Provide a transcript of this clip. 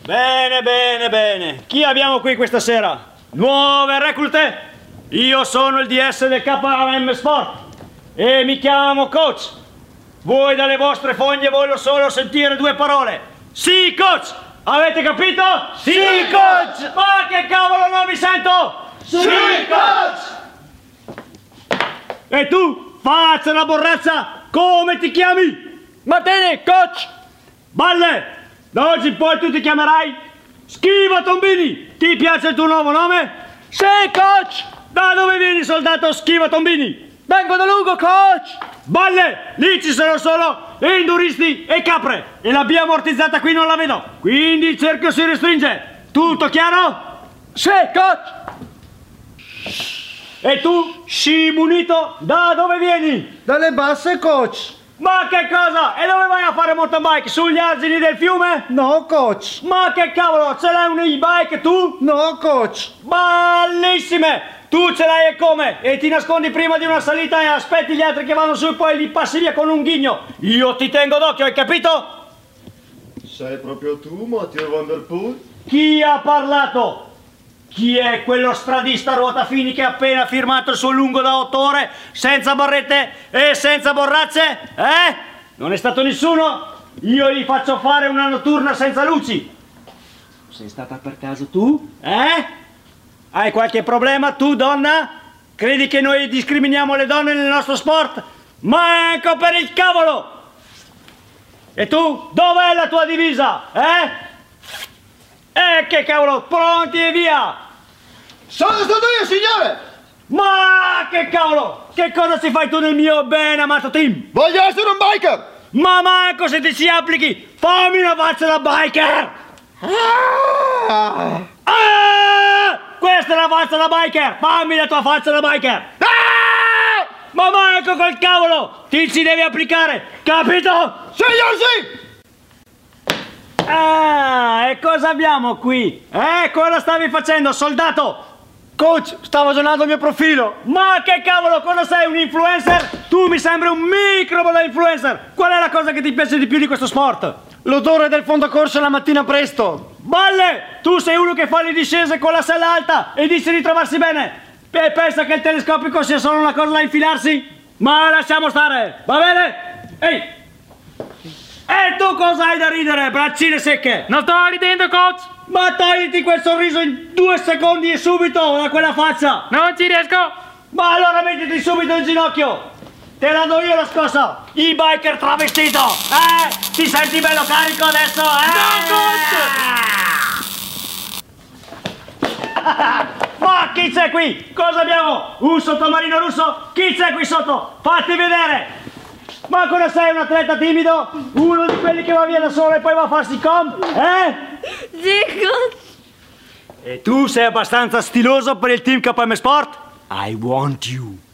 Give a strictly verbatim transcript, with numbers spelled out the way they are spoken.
Bene, bene, bene. Chi abbiamo qui questa sera? Nuove reclute? Io sono il D S del K M Sport e mi chiamo Coach. Voi dalle vostre fogne voglio solo sentire due parole. Sì, Coach! Avete capito? Sì, Coach! Ma che cavolo non vi sento? Sì, Coach! E tu, faccia la borrazza, come ti chiami? Martini, Coach! Balle! Da oggi in poi tu ti chiamerai Schiva Tombini. Ti piace il tuo nuovo nome? Sì, Coach! Da dove vieni, soldato Schiva Tombini? Vengo da Lugo, Coach! Balle! Lì ci sono solo enduristi e capre e la via ammortizzata qui non la vedo. Quindi il cerchio si restringe. Tutto chiaro? Sì, Coach! E tu, sci munito, da dove vieni? Dalle basse, Coach! Ma che cosa? E dove vai a fare mountain bike? Sugli argini del fiume? No, Coach! Ma che cavolo, ce l'hai un e-bike tu? No, Coach! Bellissime! Tu ce l'hai e come? E ti nascondi prima di una salita e aspetti gli altri che vanno su e poi li passi via con un ghigno. Io ti tengo d'occhio, hai capito? Sei proprio tu, Matteo Van Der Poel? Chi ha parlato? Chi è quello stradista ruotafini che ha appena firmato il suo lungo da otto ore senza barrette e senza borracce? Eh? Non è stato nessuno? Io gli faccio fare una notturna senza luci. Sei stata per caso tu? Eh? Hai qualche problema tu, donna? Credi che noi discriminiamo le donne nel nostro sport? Ma ecco per il cavolo! E tu? Dov'è la tua divisa? Eh? Eh, che cavolo! Pronti e via! Sono stato io, signore! Ma che cavolo! Che cosa ci fai tu nel mio ben amato team? Voglio essere un biker! Ma manco se ti ci applichi! Fammi una faccia da biker! Ah! Ah! Questa è la faccia da biker! Fammi la tua faccia da biker! Ah! Ma manco col cavolo! Ti ci devi applicare! Capito? Signor sì! Ah, e cosa abbiamo qui? Eh, cosa stavi facendo, soldato? Coach, stavo aggiornando il mio profilo! Ma che cavolo, cosa sei, un influencer? Tu mi sembri un microbo da influencer! Qual è la cosa che ti piace di più di questo sport? L'odore del fondo corso la mattina presto! Balle! Tu sei uno che fa le discese con la sella alta e dice di trovarsi bene! E pensa che il telescopico sia solo una cosa da infilarsi? Ma lasciamo stare, va bene? Ehi! E tu cosa hai da ridere, braccine secche? Non sto ridendo, Coach! Ma togliti quel sorriso in due secondi e subito da quella faccia! Non ci riesco! Ma allora mettiti subito in ginocchio! Te la do io la scossa! Il biker travestito! Eh? Ti senti bello carico adesso? Eh? No, Coach! Ma chi c'è qui? Cosa abbiamo? Un sottomarino russo? Chi c'è qui sotto? Fatti vedere! Ma cosa sei, un atleta timido? Uno di quelli che va via da solo e poi va a farsi com? Eh? Sì, Coach! E tu sei abbastanza stiloso per il team K M Sport? I want you!